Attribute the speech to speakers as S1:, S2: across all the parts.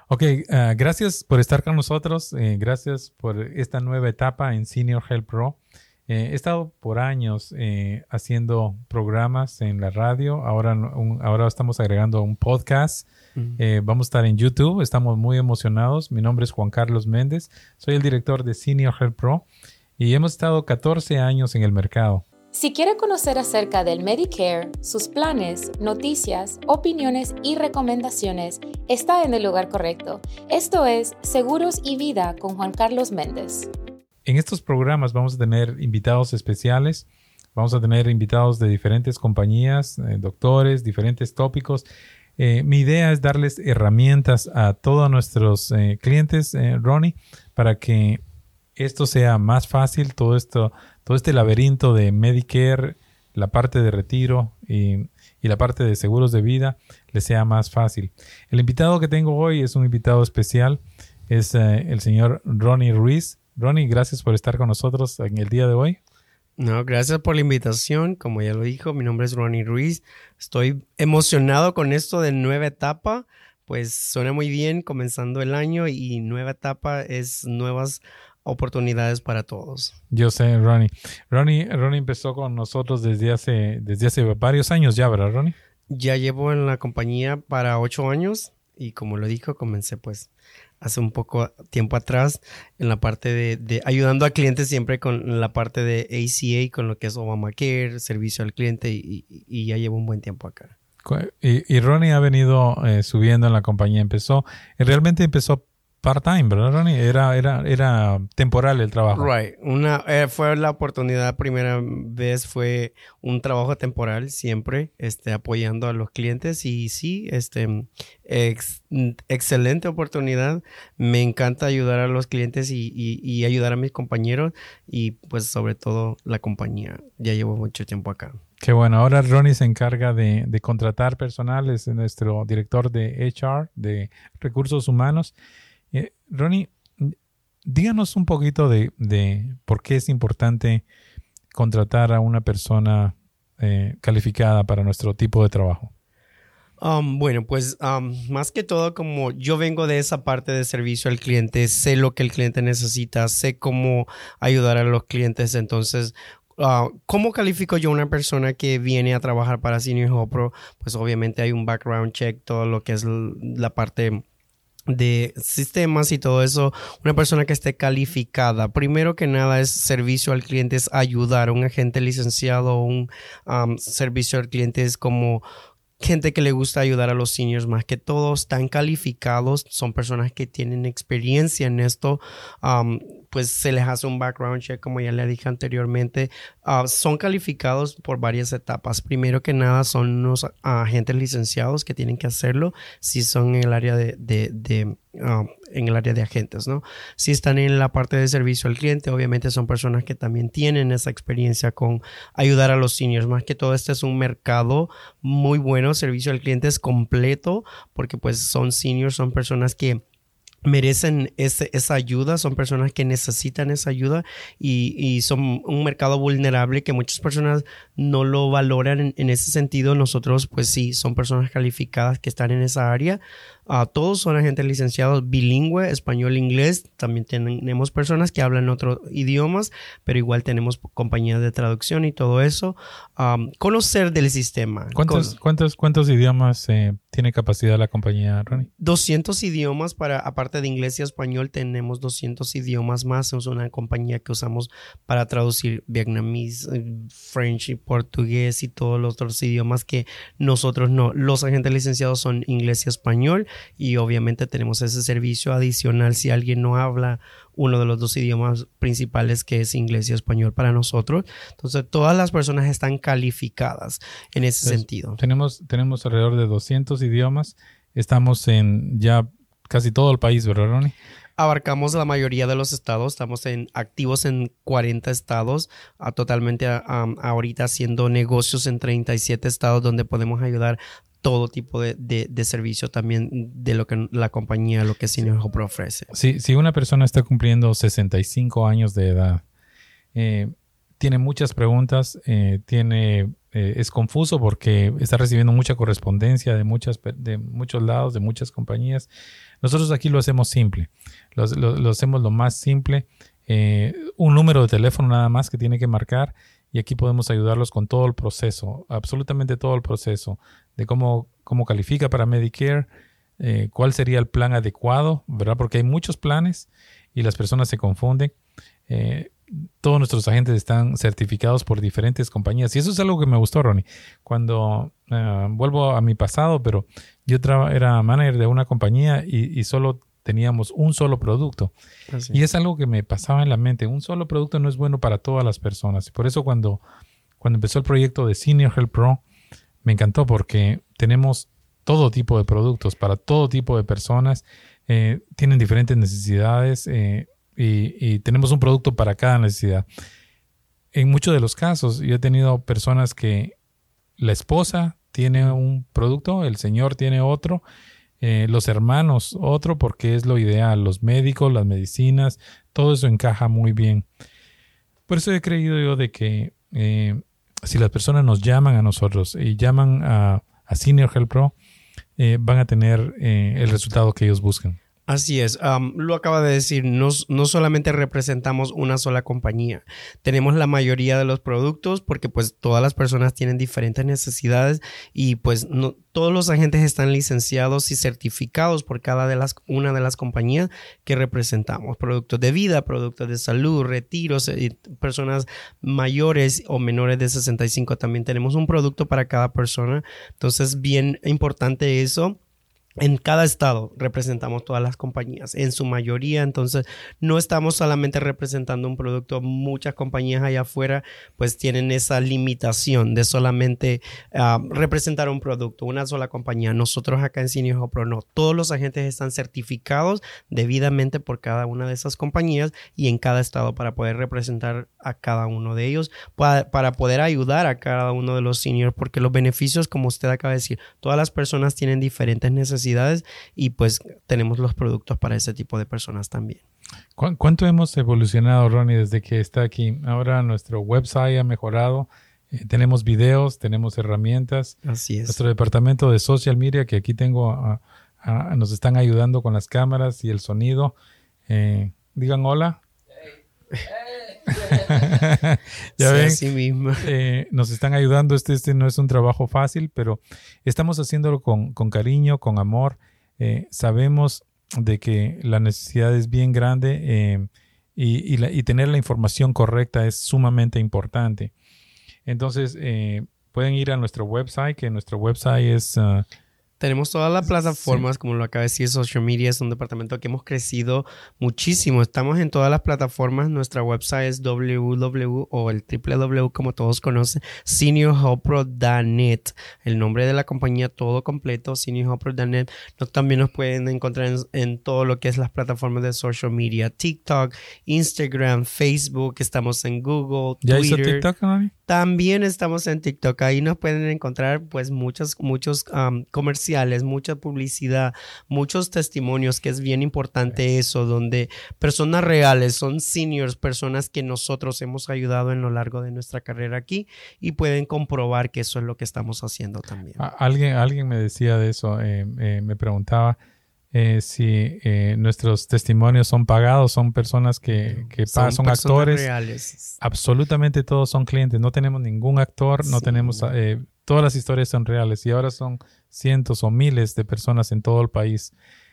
S1: Ok, gracias por estar con nosotros. Gracias por esta nueva etapa en Senior Health Pro. He estado por años haciendo programas en la radio. Ahora estamos agregando un podcast. Vamos a estar en YouTube. Estamos muy emocionados. Mi nombre es Juan Carlos Méndez. Soy el director de Senior Health Pro y hemos estado 14 años en el mercado.
S2: Si quiere conocer acerca del Medicare, sus planes, noticias, opiniones y recomendaciones, está en el lugar correcto. Esto es Seguros y Vida con Juan Carlos Méndez.
S1: En estos programas vamos a tener invitados especiales. Vamos a tener invitados de diferentes compañías, doctores, diferentes tópicos. Mi idea es darles herramientas a todos nuestros clientes, Ronnie, para que esto sea más fácil, todo este laberinto de Medicare, la parte de retiro y la parte de seguros de vida les sea más fácil. El invitado que tengo hoy es un invitado especial, es el señor Ronnie Ruiz. Ronnie, gracias por estar con nosotros en el día de hoy.
S3: No, gracias por la invitación. Como ya lo dijo, mi nombre es Ronnie Ruiz. Estoy emocionado con esto de nueva etapa. Pues suena muy bien comenzando el año y nueva etapa es nuevas oportunidades para todos.
S1: Yo sé, Ronnie. Ronnie empezó con nosotros desde hace varios años ya, ¿verdad, Ronnie?
S3: Ya llevo en la compañía para 8 años y como lo dijo, comencé pues hace un poco tiempo atrás en la parte de ayudando a clientes siempre con la parte de ACA, con lo que es Obamacare, servicio al cliente y ya llevo un buen tiempo acá.
S1: Y Ronnie ha venido subiendo en la compañía. Realmente empezó part-time, ¿verdad, Ronnie? Era temporal el trabajo.
S3: Right. Fue la oportunidad, primera vez fue un trabajo temporal, siempre apoyando a los clientes y sí, excelente oportunidad. Me encanta ayudar a los clientes y ayudar a mis compañeros y pues sobre todo la compañía. Ya llevo mucho tiempo acá.
S1: Qué bueno. Ahora Ronnie se encarga de contratar personal, es nuestro director de HR, de recursos humanos. Ronnie, díganos un poquito de por qué es importante contratar a una persona calificada para nuestro tipo de trabajo.
S3: Bueno, pues más que todo, como yo vengo de esa parte de servicio al cliente, sé lo que el cliente necesita, sé cómo ayudar a los clientes. Entonces, ¿cómo califico yo a una persona que viene a trabajar para Senior Health Pro? Pues obviamente hay un background check, todo lo que es la parte de sistemas y todo eso. Una persona que esté calificada, primero que nada es servicio al cliente, es ayudar a un agente licenciado, un servicio al cliente es como gente que le gusta ayudar a los seniors, más que todos están calificados, son personas que tienen experiencia en esto, pues se les hace un background check, como ya le dije anteriormente. Son calificados por varias etapas. Primero que nada son unos agentes licenciados que tienen que hacerlo si son en el área en el área de agentes, ¿no? Si están en la parte de servicio al cliente, obviamente son personas que también tienen esa experiencia con ayudar a los seniors. Más que todo, este es un mercado muy bueno. Servicio al cliente es completo porque pues son seniors, son personas que merecen esa ayuda, son personas que necesitan esa ayuda y son un mercado vulnerable que muchas personas no lo valoran en ese sentido. Nosotros pues sí, son personas calificadas que están en esa área. Todos son agentes licenciados bilingüe, español, inglés. También tenemos personas que hablan otros idiomas, pero igual tenemos compañías de traducción y todo eso. Conocer del sistema.
S1: ¿Cuántos idiomas tiene capacidad la compañía, Ronnie?
S3: 200 idiomas aparte de inglés y español, tenemos 200 idiomas más. Es una compañía que usamos para traducir vietnamés, French y portugués y todos los otros idiomas que nosotros no. Los agentes licenciados son inglés y español. Y obviamente tenemos ese servicio adicional si alguien no habla uno de los dos idiomas principales, que es inglés y español para nosotros. Entonces todas las personas están calificadas en ese sentido.
S1: Tenemos alrededor de 200 idiomas. Estamos en ya casi todo el país, ¿verdad, Ronnie?
S3: Abarcamos la mayoría de los estados, estamos activos en 40 estados, totalmente ahorita haciendo negocios en 37 estados donde podemos ayudar todo tipo de servicio también de lo que la compañía, lo que Senior Health Pro ofrece.
S1: Si una persona está cumpliendo 65 años de edad, tiene muchas preguntas, tiene es confuso porque está recibiendo mucha correspondencia de muchos lados, de muchas compañías. Nosotros aquí lo hacemos simple, lo hacemos lo más simple, un número de teléfono nada más que tiene que marcar y aquí podemos ayudarlos con todo el proceso, absolutamente todo el proceso de cómo califica para Medicare, cuál sería el plan adecuado, ¿verdad? Porque hay muchos planes y las personas se confunden. Todos nuestros agentes están certificados por diferentes compañías y eso es algo que me gustó, Ronnie. Cuando vuelvo a mi pasado, pero yo era manager de una compañía y solo teníamos un solo producto. Así. Y es algo que me pasaba en la mente. Un solo producto no es bueno para todas las personas. Por eso cuando empezó el proyecto de Senior Health Pro, me encantó porque tenemos todo tipo de productos para todo tipo de personas. Tienen diferentes necesidades y tenemos un producto para cada necesidad. En muchos de los casos, yo he tenido personas que la esposa tiene un producto, el señor tiene otro, los hermanos otro, porque es lo ideal. Los médicos, las medicinas, todo eso encaja muy bien. Por eso he creído yo de que si las personas nos llaman a nosotros y llaman a Senior Health Pro, van a tener el resultado que ellos buscan.
S3: Así es, lo acaba de decir, no solamente representamos una sola compañía, tenemos la mayoría de los productos porque pues todas las personas tienen diferentes necesidades y pues todos los agentes están licenciados y certificados por una de las compañías que representamos, productos de vida, productos de salud, retiros, personas mayores o menores de 65, también tenemos un producto para cada persona, entonces bien importante eso. En cada estado representamos todas las compañías, en su mayoría, entonces no estamos solamente representando un producto, muchas compañías allá afuera pues tienen esa limitación de solamente representar un producto, una sola compañía. Nosotros acá en Senior Health Pro no, todos los agentes están certificados debidamente por cada una de esas compañías y en cada estado para poder representar a cada uno de ellos, para poder ayudar a cada uno de los seniors, porque los beneficios, como usted acaba de decir, todas las personas tienen diferentes necesidades y pues tenemos los productos para ese tipo de personas también.
S1: ¿Cuánto hemos evolucionado, Ronnie, desde que está aquí? Ahora nuestro website ha mejorado, tenemos videos, tenemos herramientas.
S3: Así es.
S1: Nuestro departamento de social media, que aquí tengo, nos están ayudando con las cámaras y el sonido. Digan hola. Ya ven,
S3: así mismo.
S1: Nos están ayudando. Este no es un trabajo fácil, pero estamos haciéndolo con cariño, con amor. Sabemos de que la necesidad es bien grande y tener la información correcta es sumamente importante. Entonces pueden ir a nuestro website, que nuestro website es
S3: tenemos todas las plataformas, sí. Como lo acaba de decir, social media es un departamento que hemos crecido muchísimo. Estamos en todas las plataformas. Nuestra website es www o el www, como todos conocen, seniorhealthpro.net. El nombre de la compañía todo completo, seniorhealthpro.net. También nos pueden encontrar en todo lo que es las plataformas de social media, TikTok, Instagram, Facebook. Estamos en Google,
S1: ¿Ya
S3: Twitter.
S1: hizo TikTok, Ronnie?
S3: También estamos en TikTok. Ahí nos pueden encontrar pues muchos comerciales, mucha publicidad, muchos testimonios, que es bien importante eso, donde personas reales, son seniors, personas que nosotros hemos ayudado en lo largo de nuestra carrera aquí y pueden comprobar que eso es lo que estamos haciendo también.
S1: Alguien me decía de eso, me preguntaba si nuestros testimonios son pagados, son personas que son actores
S3: reales.
S1: Absolutamente todos son clientes, no tenemos ningún actor, no tenemos, todas las historias son reales y ahora son cientos o miles de personas en todo el país.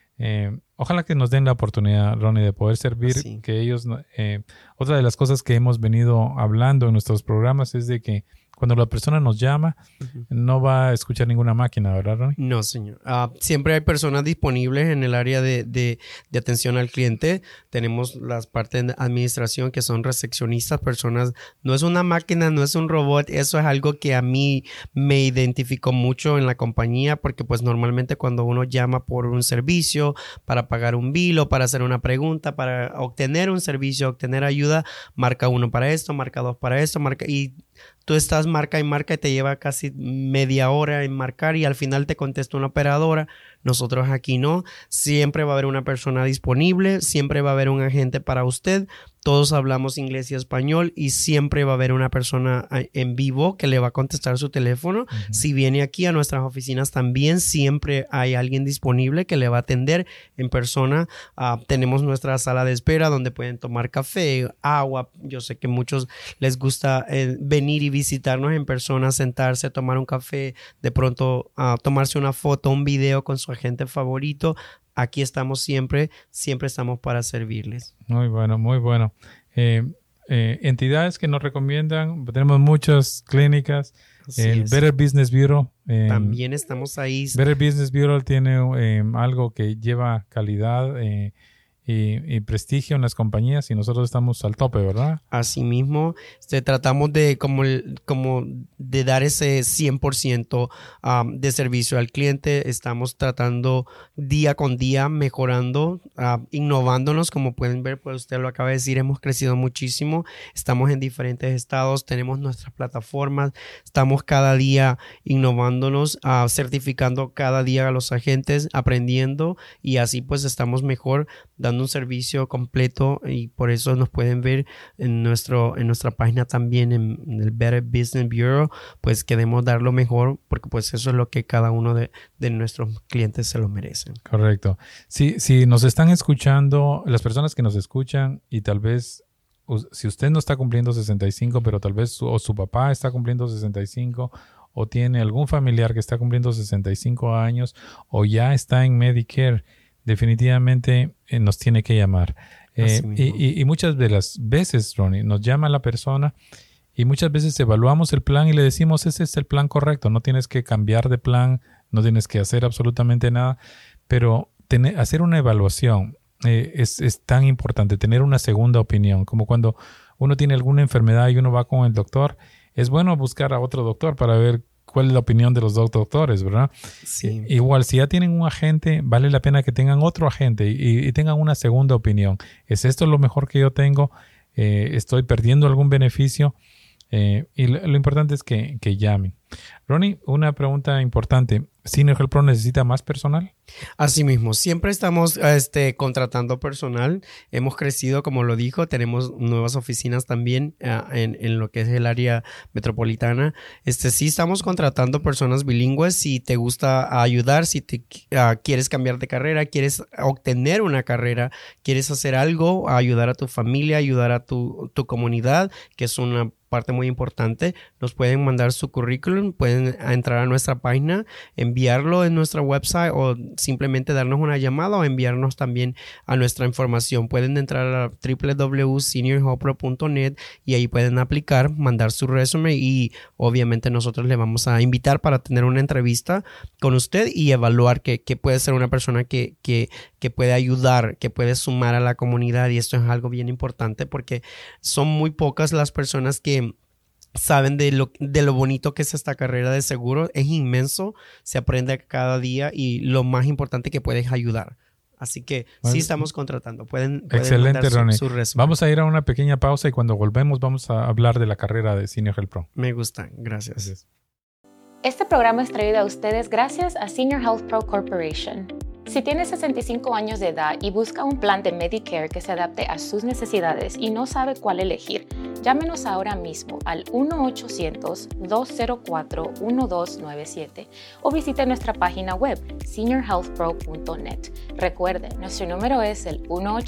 S1: Ojalá que nos den la oportunidad, Ronnie, de poder servir, que ellos, otra de las cosas que hemos venido hablando en nuestros programas es de que cuando la persona nos llama, no va a escuchar ninguna máquina, ¿verdad, Ronnie?
S3: No, señor. Siempre hay personas disponibles en el área de atención al cliente. Tenemos las partes de administración que son recepcionistas, personas. No es una máquina, no es un robot. Eso es algo que a mí me identificó mucho en la compañía, porque pues normalmente cuando uno llama por un servicio, para pagar un bill o para hacer una pregunta, para obtener un servicio, obtener ayuda, marca 1 para esto, marca 2 para esto, y tú estás marca y te lleva casi media hora en marcar y al final te contesta una operadora. nosotros aquí no. Siempre va a haber una persona disponible, siempre va a haber un agente para usted. Todos hablamos inglés y español y siempre va a haber una persona en vivo que le va a contestar su teléfono. Si viene aquí a nuestras oficinas también, siempre hay alguien disponible que le va a atender en persona. Tenemos nuestra sala de espera donde pueden tomar café, agua. Yo sé que muchos les gusta venir y visitarnos en persona, sentarse, tomar un café, de pronto tomarse una foto, un video con su agente favorito. Aquí estamos siempre estamos para servirles.
S1: Muy bueno, muy bueno. Entidades que nos recomiendan, tenemos muchas clínicas. El Better Business Bureau.
S3: También estamos ahí.
S1: Better Business Bureau tiene algo que lleva calidad y prestigio en las compañías y nosotros estamos al tope, ¿verdad?
S3: Así mismo, tratamos de como de dar ese 100% de servicio al cliente. Estamos tratando día con día, mejorando, innovándonos. Como pueden ver, pues usted lo acaba de decir, hemos crecido muchísimo. Estamos en diferentes estados, tenemos nuestras plataformas, estamos cada día innovándonos, certificando cada día a los agentes, aprendiendo y así pues estamos mejor, dando un servicio completo y por eso nos pueden ver en nuestra página también en el Better Business Bureau, pues queremos dar lo mejor porque pues eso es lo que cada uno de nuestros clientes se lo merecen.
S1: Correcto. Si nos están escuchando, las personas que nos escuchan y tal vez si usted no está cumpliendo 65, pero tal vez su papá está cumpliendo 65 o tiene algún familiar que está cumpliendo 65 años o ya está en Medicare, definitivamente nos tiene que llamar. Y muchas de las veces, Ronnie, nos llama la persona y muchas veces evaluamos el plan y le decimos, ese es el plan correcto, no tienes que cambiar de plan, no tienes que hacer absolutamente nada, pero hacer una evaluación es tan importante, tener una segunda opinión, como cuando uno tiene alguna enfermedad y uno va con el doctor, es bueno buscar a otro doctor para ver cuál es la opinión de los dos doctores, ¿verdad?
S3: Sí.
S1: Igual, si ya tienen un agente, vale la pena que tengan otro agente y tengan una segunda opinión. ¿Es esto lo mejor que yo tengo? ¿Estoy perdiendo algún beneficio? Y lo importante es que llamen. Ronnie, una pregunta importante. ¿Senior Health Pro necesita más personal?
S3: Así mismo, siempre estamos contratando personal. Hemos crecido, como lo dijo, tenemos nuevas oficinas también en lo que es el área metropolitana. Sí estamos contratando personas bilingües. Si te gusta ayudar, si te quieres cambiar de carrera, quieres obtener una carrera, quieres hacer algo, ayudar a tu familia, ayudar a tu comunidad, que es una parte muy importante, nos pueden mandar su currículum, pueden entrar a nuestra página, enviarlo en nuestra website o simplemente darnos una llamada o enviarnos también a nuestra información. Pueden entrar a www.seniorhealthpro.net y ahí pueden aplicar, mandar su resumen y obviamente nosotros le vamos a invitar para tener una entrevista con usted y evaluar que puede ser una persona que puede ayudar, que puede sumar a la comunidad, y esto es algo bien importante porque son muy pocas las personas que saben de lo bonito que es esta carrera de seguro. Es inmenso, se aprende cada día y lo más importante que puedes ayudar. Así que sí estamos contratando. Pueden
S1: excelente,
S3: mandar
S1: su
S3: resumen.
S1: Vamos a ir a una pequeña pausa y cuando volvemos vamos a hablar de la carrera de Senior Health Pro.
S3: Me gusta, gracias.
S2: Este programa es traído a ustedes gracias a Senior Health Pro Corporation. Si tiene 65 años de edad y busca un plan de Medicare que se adapte a sus necesidades y no sabe cuál elegir, llámenos ahora mismo al 1-800-204-1297 o visite nuestra página web seniorhealthpro.net. Recuerde, nuestro número es el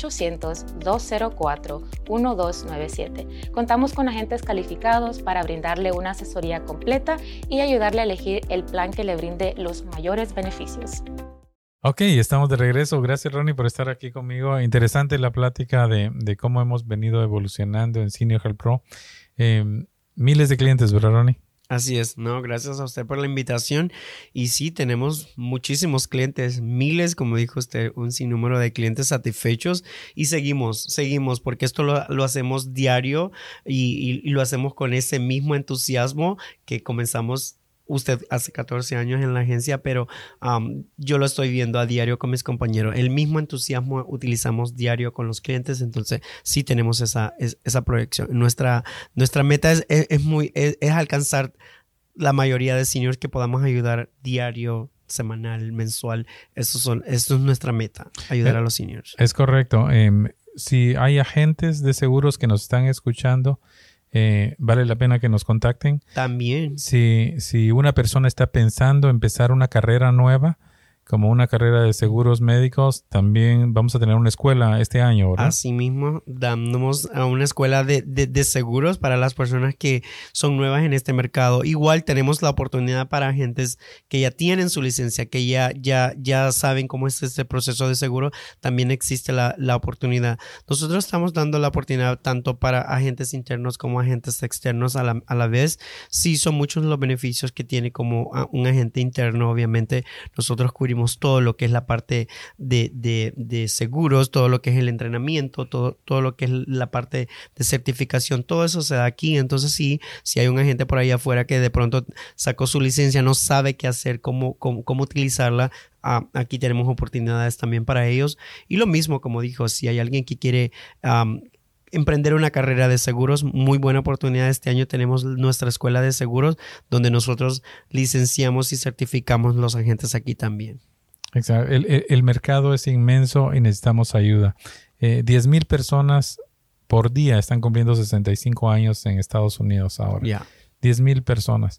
S2: 1-800-204-1297. Contamos con agentes calificados para brindarle una asesoría completa y ayudarle a elegir el plan que le brinde los mayores beneficios.
S1: Ok, estamos de regreso. Gracias, Ronnie, por estar aquí conmigo. Interesante la plática de cómo hemos venido evolucionando en Senior Health Pro. Miles de clientes, ¿verdad, Ronnie?
S3: Así es, no, gracias a usted por la invitación. Y sí, tenemos muchísimos clientes, miles, como dijo usted, un sinnúmero de clientes satisfechos y seguimos, porque esto lo hacemos diario y lo hacemos con ese mismo entusiasmo que comenzamos usted hace 14 años en la agencia, pero yo lo estoy viendo a diario con mis compañeros. El mismo entusiasmo utilizamos diario con los clientes, entonces sí tenemos esa proyección. Nuestra meta es alcanzar la mayoría de seniors que podamos ayudar diario semanal, mensual. Esto es nuestra meta, ayudar a los seniors.
S1: Es correcto. Si hay agentes de seguros que nos están escuchando, vale la pena que nos contacten.
S3: También.
S1: Si una persona está pensando empezar una carrera nueva, como una carrera de seguros médicos, también vamos a tener una escuela este año, ¿verdad?
S3: Asimismo, damos a una escuela de seguros para las personas que son nuevas en este mercado. Igual tenemos la oportunidad para agentes que ya tienen su licencia, que ya saben cómo es este proceso de seguro. También existe la oportunidad. Nosotros estamos dando la oportunidad tanto para agentes internos como agentes externos a la vez. Sí, son muchos los beneficios que tiene como un agente interno. Obviamente, nosotros cubrimos todo lo que es la parte de seguros, todo lo que es el entrenamiento, todo lo que es la parte de certificación, todo eso se da aquí. Entonces si hay un agente por ahí afuera que de pronto sacó su licencia, no sabe qué hacer, cómo utilizarla, aquí tenemos oportunidades también para ellos. Y lo mismo, como dijo, si hay alguien que quiere emprender una carrera de seguros, muy buena oportunidad. Este año tenemos nuestra escuela de seguros donde nosotros licenciamos y certificamos los agentes aquí también.
S1: Exacto. El mercado es inmenso y necesitamos ayuda. 10,000 personas por día están cumpliendo 65 años en Estados Unidos ahora.
S3: Yeah.
S1: 10,000 personas.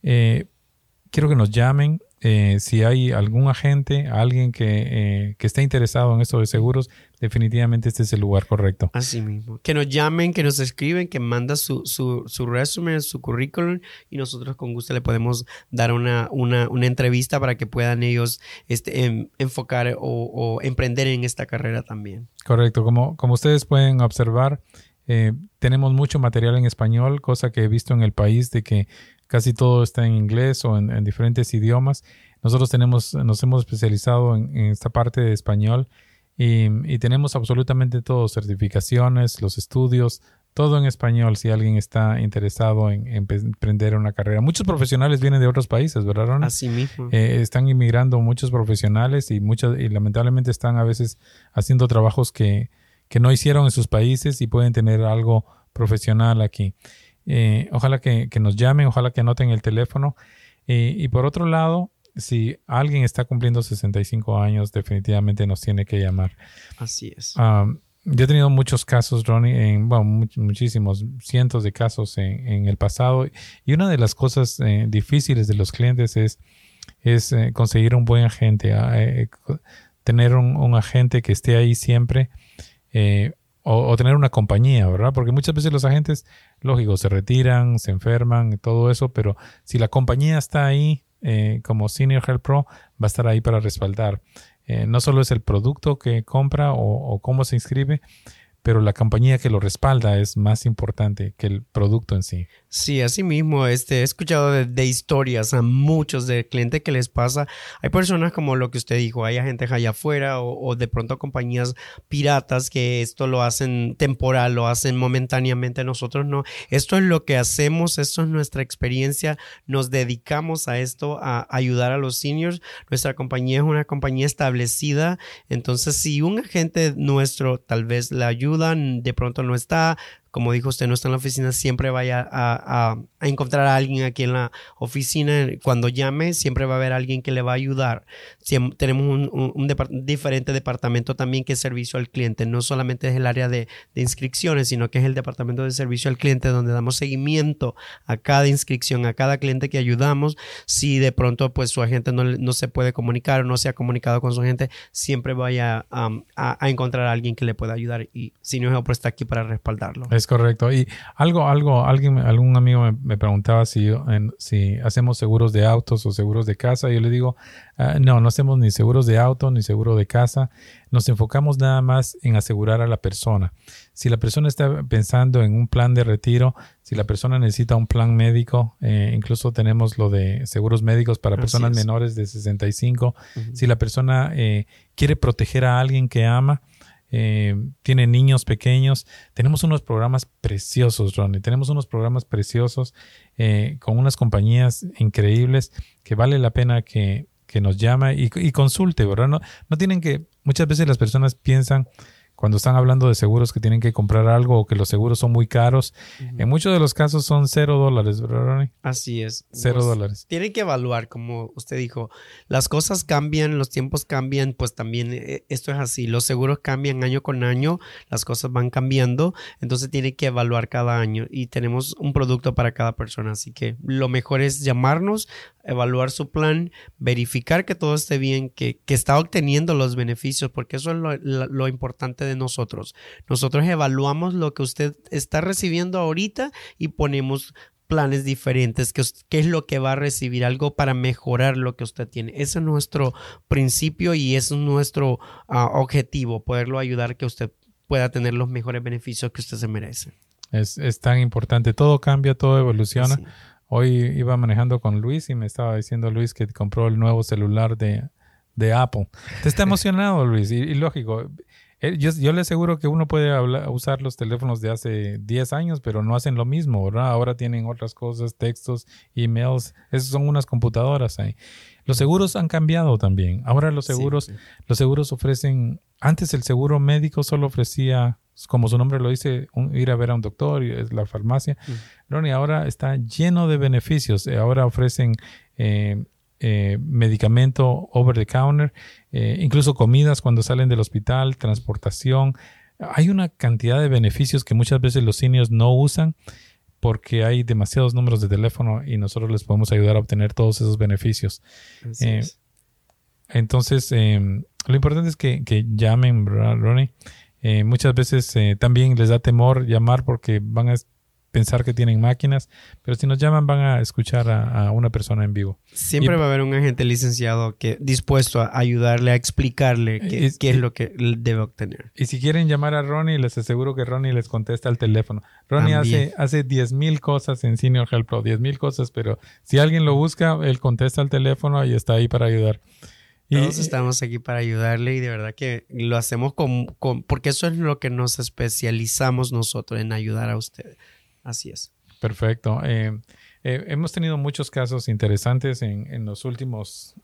S1: Quiero que nos llamen. Si hay algún agente, alguien que esté interesado en esto de seguros, definitivamente este es el lugar correcto.
S3: Así mismo. Que nos llamen, que nos escriben, que manda su resumen, su currículum y nosotros con gusto le podemos dar una entrevista para que puedan ellos enfocar o emprender en esta carrera también.
S1: Correcto. Como ustedes pueden observar, tenemos mucho material en español, cosa que he visto en el país de que casi todo está en inglés o en diferentes idiomas. Nosotros nos hemos especializado en esta parte de español y tenemos absolutamente todo, certificaciones, los estudios, todo en español si alguien está interesado en emprender una carrera. Muchos profesionales vienen de otros países, ¿verdad, Ronnie?
S3: Así mismo.
S1: Están inmigrando muchos profesionales y lamentablemente están a veces haciendo trabajos que no hicieron en sus países y pueden tener algo profesional aquí. Ojalá que nos llamen, ojalá que anoten el teléfono. Y por otro lado, si alguien está cumpliendo 65 años, definitivamente nos tiene que llamar.
S3: Así es.
S1: Yo he tenido muchos casos, Ronnie, muchísimos, cientos de casos en el pasado. Y una de las cosas difíciles de los clientes es conseguir un buen agente, tener un agente que esté ahí siempre. O tener una compañía, ¿verdad? Porque muchas veces los agentes, lógico, se retiran, se enferman, todo eso, pero si la compañía está ahí, como Senior Health Pro, va a estar ahí para respaldar. No solo es el producto que compra o cómo se inscribe, pero la compañía que lo respalda es más importante que el producto en sí.
S3: Sí, así mismo. He escuchado de historias a muchos de clientes que les pasa. Hay personas como lo que usted dijo, hay agentes allá afuera o de pronto compañías piratas que esto lo hacen temporal, lo hacen momentáneamente. Nosotros no. Esto es lo que hacemos, esto es nuestra experiencia. Nos dedicamos a esto, a ayudar a los seniors. Nuestra compañía es una compañía establecida. Entonces, si un agente nuestro tal vez le ayuda, de pronto no está, como dijo usted, no está en la oficina, siempre vaya a encontrar a alguien aquí en la oficina. Cuando llame, siempre va a haber alguien que le va a ayudar. Tenemos un diferente departamento también que es servicio al cliente. No solamente es el área de inscripciones, sino que es el departamento de servicio al cliente donde damos seguimiento a cada inscripción, a cada cliente que ayudamos. Si de pronto pues su agente no se puede comunicar o no se ha comunicado con su agente, siempre vaya a encontrar a alguien que le pueda ayudar y Senior Health Pro está aquí para respaldarlo.
S1: Es correcto. Y algún amigo me preguntaba si hacemos seguros de autos o seguros de casa. Yo le digo, no hacemos ni seguros de auto ni seguro de casa. Nos enfocamos nada más en asegurar a la persona. Si la persona está pensando en un plan de retiro, si la persona necesita un plan médico, incluso tenemos lo de seguros médicos para personas menores de 65. Uh-huh. Si la persona quiere proteger a alguien que ama, tiene niños pequeños, tenemos unos programas preciosos, Ronnie. Tenemos unos programas preciosos con unas compañías increíbles que vale la pena que nos llame y consulte, ¿verdad? No tienen que, muchas veces las personas piensan cuando están hablando de seguros que tienen que comprar algo o que los seguros son muy caros. En muchos de los casos son $0, ¿verdad, Ronnie?
S3: Así es.
S1: $0.
S3: Tienen que evaluar, como usted dijo, las cosas cambian, los tiempos cambian, pues también esto es así. Los seguros cambian año con año, las cosas van cambiando, entonces tiene que evaluar cada año y tenemos un producto para cada persona. Así que lo mejor es llamarnos, evaluar su plan, verificar que todo esté bien, que está obteniendo los beneficios, porque eso es lo importante de nosotros. Nosotros evaluamos lo que usted está recibiendo ahorita y ponemos planes diferentes, qué es lo que va a recibir, algo para mejorar lo que usted tiene. Ese es nuestro principio y ese es nuestro objetivo, poderlo ayudar a que usted pueda tener los mejores beneficios que usted se merece.
S1: Es tan importante. Todo cambia, todo evoluciona. Sí. Hoy iba manejando con Luis y me estaba diciendo Luis que compró el nuevo celular de Apple. Te está emocionado, Luis, y lógico. Yo le aseguro que uno puede usar los teléfonos de hace 10 años, pero no hacen lo mismo, ¿verdad? Ahora tienen otras cosas, textos, emails. Esas son unas computadoras ahí. Los seguros han cambiado también. Ahora los seguros ofrecen... Antes el seguro médico solo ofrecía, como su nombre lo dice, ir a ver a un doctor, es la farmacia. Ronnie, ahora está lleno de beneficios. Ahora ofrecen medicamento over the counter, incluso comidas cuando salen del hospital, transportación. Hay una cantidad de beneficios que muchas veces los seniors no usan porque hay demasiados números de teléfono y nosotros les podemos ayudar a obtener todos esos beneficios. Entonces, lo importante es que llamen, ¿verdad, Ronnie? Muchas veces también les da temor llamar porque van a pensar que tienen máquinas, pero si nos llaman van a escuchar a una persona en vivo.
S3: Siempre va a haber un agente licenciado dispuesto a ayudarle, a explicarle qué es lo que debe obtener.
S1: Y si quieren llamar a Ronnie, les aseguro que Ronnie les contesta al teléfono. Ronnie hace 10,000 cosas en Senior Health Pro, 10,000 cosas, pero si alguien lo busca, él contesta al teléfono y está ahí para ayudar.
S3: Todos estamos aquí para ayudarle y de verdad que lo hacemos porque eso es lo que nos especializamos nosotros, en ayudar a ustedes. Así es.
S1: Perfecto. Hemos tenido muchos casos interesantes en los últimos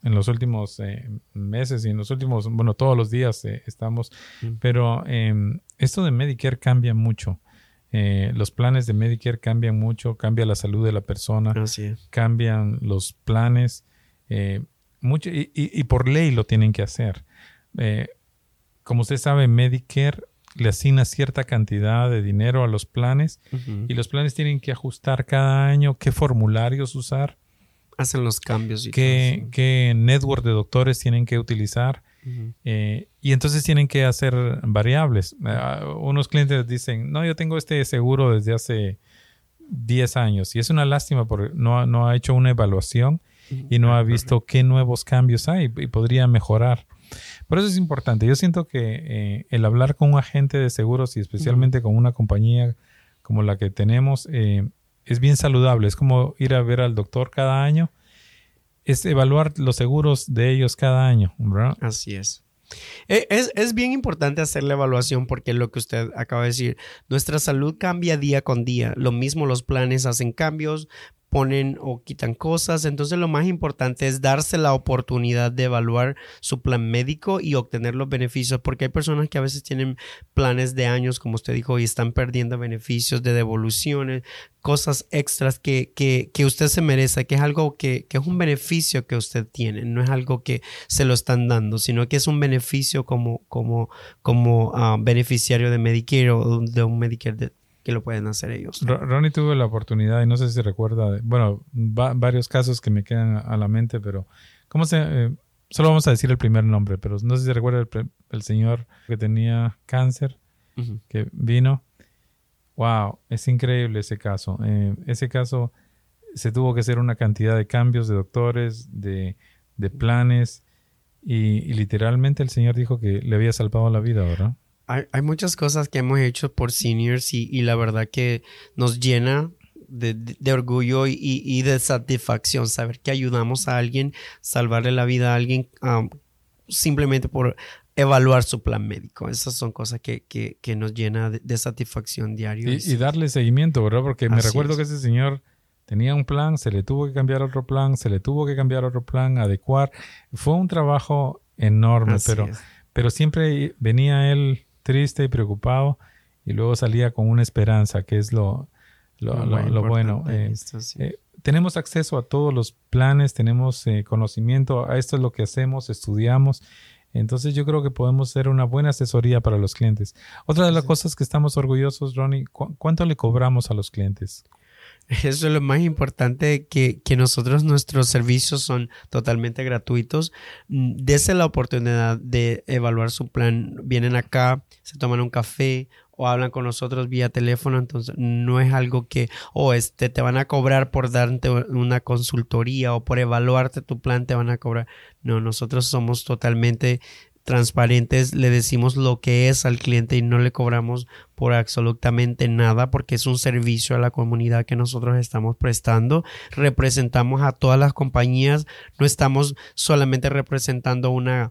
S1: meses y en los últimos, todos los días estamos, pero esto de Medicare cambia mucho. Los planes de Medicare cambian mucho, cambia la salud de la persona, cambian los planes, mucho y por ley lo tienen que hacer. Como usted sabe, Medicare le asigna cierta cantidad de dinero a los planes y los planes tienen que ajustar cada año qué formularios usar.
S3: Hacen los cambios. Y
S1: qué network de doctores tienen que utilizar. Y entonces tienen que hacer variables. Unos clientes dicen, no, yo tengo este seguro desde hace 10 años. Y es una lástima porque no ha hecho una evaluación y no ha visto qué nuevos cambios hay y podría mejorar. Por eso es importante. Yo siento que el hablar con un agente de seguros y especialmente con una compañía como la que tenemos es bien saludable. Es como ir a ver al doctor cada año. Es evaluar los seguros de ellos cada año, ¿verdad?
S3: Así es. Es bien importante hacer la evaluación porque lo que usted acaba de decir, nuestra salud cambia día con día. Lo mismo los planes hacen cambios, ponen o quitan cosas. Entonces lo más importante es darse la oportunidad de evaluar su plan médico y obtener los beneficios, porque hay personas que a veces tienen planes de años, como usted dijo, y están perdiendo beneficios de devoluciones, cosas extras que usted se merece, que es algo que es un beneficio que usted tiene, no es algo que se lo están dando, sino que es un beneficio como beneficiario de Medicare o de un Medicare que lo pueden hacer ellos.
S1: Ronnie tuvo la oportunidad, y no sé si recuerda, varios casos que me quedan a la mente, pero solo vamos a decir el primer nombre, pero no sé si recuerda el señor que tenía cáncer, que vino. Wow, es increíble ese caso. Ese caso se tuvo que hacer una cantidad de cambios de doctores, de planes, y literalmente el señor dijo que le había salvado la vida, ¿verdad?
S3: Hay muchas cosas que hemos hecho por seniors y la verdad que nos llena de orgullo y de satisfacción saber que ayudamos a alguien, salvarle la vida a alguien simplemente por evaluar su plan médico. Esas son cosas que nos llena de satisfacción diaria.
S1: Y darle seguimiento, ¿verdad? Porque me recuerdo que ese señor tenía un plan, se le tuvo que cambiar otro plan, adecuar. Fue un trabajo enorme, pero siempre venía él triste y preocupado y luego salía con una esperanza, que es lo bueno. Tenemos acceso a todos los planes, tenemos conocimiento, a esto es lo que hacemos, estudiamos. Entonces yo creo que podemos ser una buena asesoría para los clientes. Otra de las cosas que estamos orgullosos, Ronnie, ¿cuánto le cobramos a los clientes?
S3: Eso es lo más importante, que nosotros, nuestros servicios son totalmente gratuitos. Dese la oportunidad de evaluar su plan. Vienen acá, se toman un café o hablan con nosotros vía teléfono. Entonces no es algo que te van a cobrar por darte una consultoría o por evaluarte tu plan te van a cobrar. No, nosotros somos totalmente transparentes, le decimos lo que es al cliente y no le cobramos por absolutamente nada, porque es un servicio a la comunidad que nosotros estamos prestando. Representamos a todas las compañías, no estamos solamente representando un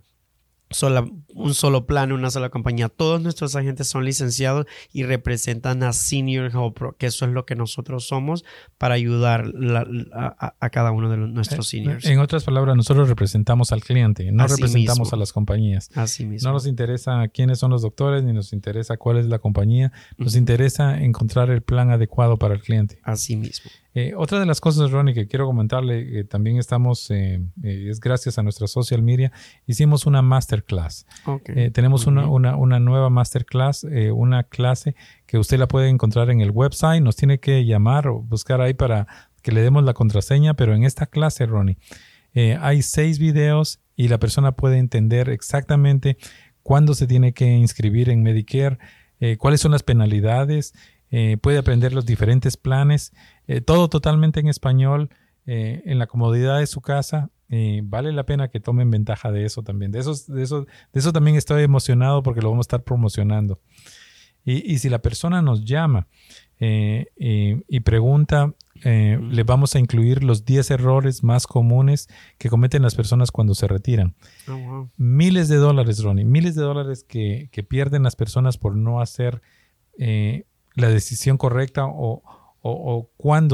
S3: solo plan, una sola compañía. Todos nuestros agentes son licenciados y representan a Senior Health Pro, que eso es lo que nosotros somos para ayudar a cada uno de nuestros seniors.
S1: En otras palabras, nosotros representamos al cliente, no
S3: Así
S1: representamos
S3: mismo.
S1: a las compañías.
S3: Así mismo.
S1: No nos interesa quiénes son los doctores, ni nos interesa cuál es la compañía. Nos interesa encontrar el plan adecuado para el cliente.
S3: Así mismo.
S1: Otra de las cosas, Ronnie, que quiero comentarle, también estamos, es gracias a nuestra social media, hicimos una masterclass.
S3: Okay.
S1: Tenemos una nueva masterclass, una clase que usted la puede encontrar en el website. Nos tiene que llamar o buscar ahí para que le demos la contraseña, pero en esta clase, Ronnie, hay 6 videos y la persona puede entender exactamente cuándo se tiene que inscribir en Medicare, cuáles son las penalidades, puede aprender los diferentes planes, todo totalmente en español, en la comodidad de su casa. Vale la pena que tomen ventaja de eso también. De eso también estoy emocionado porque lo vamos a estar promocionando. Y si la persona nos llama y pregunta, le vamos a incluir los 10 errores más comunes que cometen las personas cuando se retiran.
S3: Oh, wow.
S1: Miles de dólares, Ronnie, miles de dólares que pierden las personas por no hacer la decisión correcta o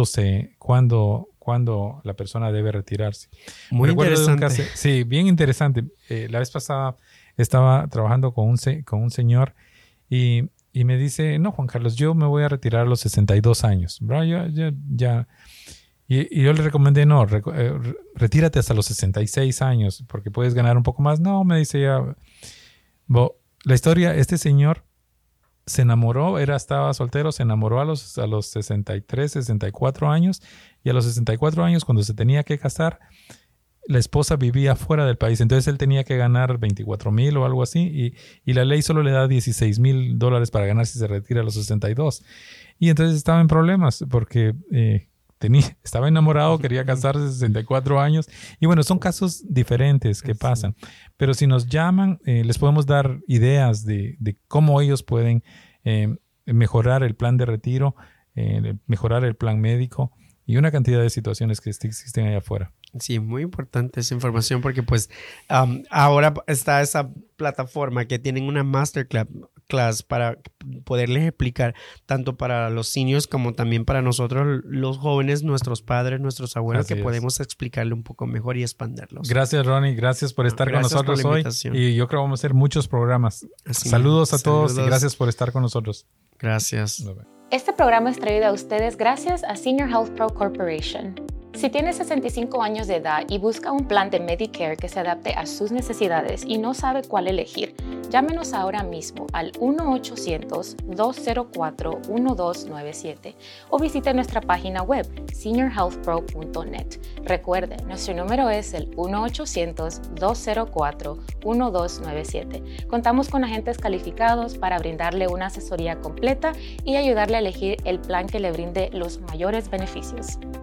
S1: cuándo la persona debe retirarse.
S3: Muy interesante.
S1: Sí, bien interesante. La vez pasada estaba trabajando con un señor y me dice, no, Juan Carlos, yo me voy a retirar a los 62 años. Bro, ya. Y yo le recomendé, no, retírate hasta los 66 años porque puedes ganar un poco más. No, me dice ya. La historia, este señor se enamoró, estaba soltero, se enamoró a los 63, 64 años y a los 64 años cuando se tenía que casar, la esposa vivía fuera del país, entonces él tenía que ganar 24,000 o algo así y la ley solo le da $16,000 para ganar si se retira a los 62 y entonces estaba en problemas porque estaba enamorado, quería casarse a 64 años y bueno, son casos diferentes que pasan, pero si nos llaman les podemos dar ideas de cómo ellos pueden mejorar el plan de retiro, mejorar el plan médico y una cantidad de situaciones que existen allá afuera.
S3: Sí, muy importante esa información porque pues ahora está esa plataforma que tienen una masterclass para poderles explicar tanto para los seniors como también para nosotros los jóvenes, nuestros padres, nuestros abuelos, que podemos explicarle un poco mejor y expanderlos.
S1: Gracias, Ronnie, gracias por estar con nosotros hoy y yo creo que vamos a hacer muchos programas. Saludos a todos y gracias por estar con nosotros.
S3: Gracias.
S1: Bye-bye.
S2: Este programa es traído a ustedes gracias a Senior Health Pro Corporation. Si tiene 65 años de edad y busca un plan de Medicare que se adapte a sus necesidades y no sabe cuál elegir, llámenos ahora mismo al 1-800-204-1297 o visite nuestra página web seniorhealthpro.net. Recuerde, nuestro número es el 1-800-204-1297. Contamos con agentes calificados para brindarle una asesoría completa y ayudarle a elegir el plan que le brinde los mayores beneficios.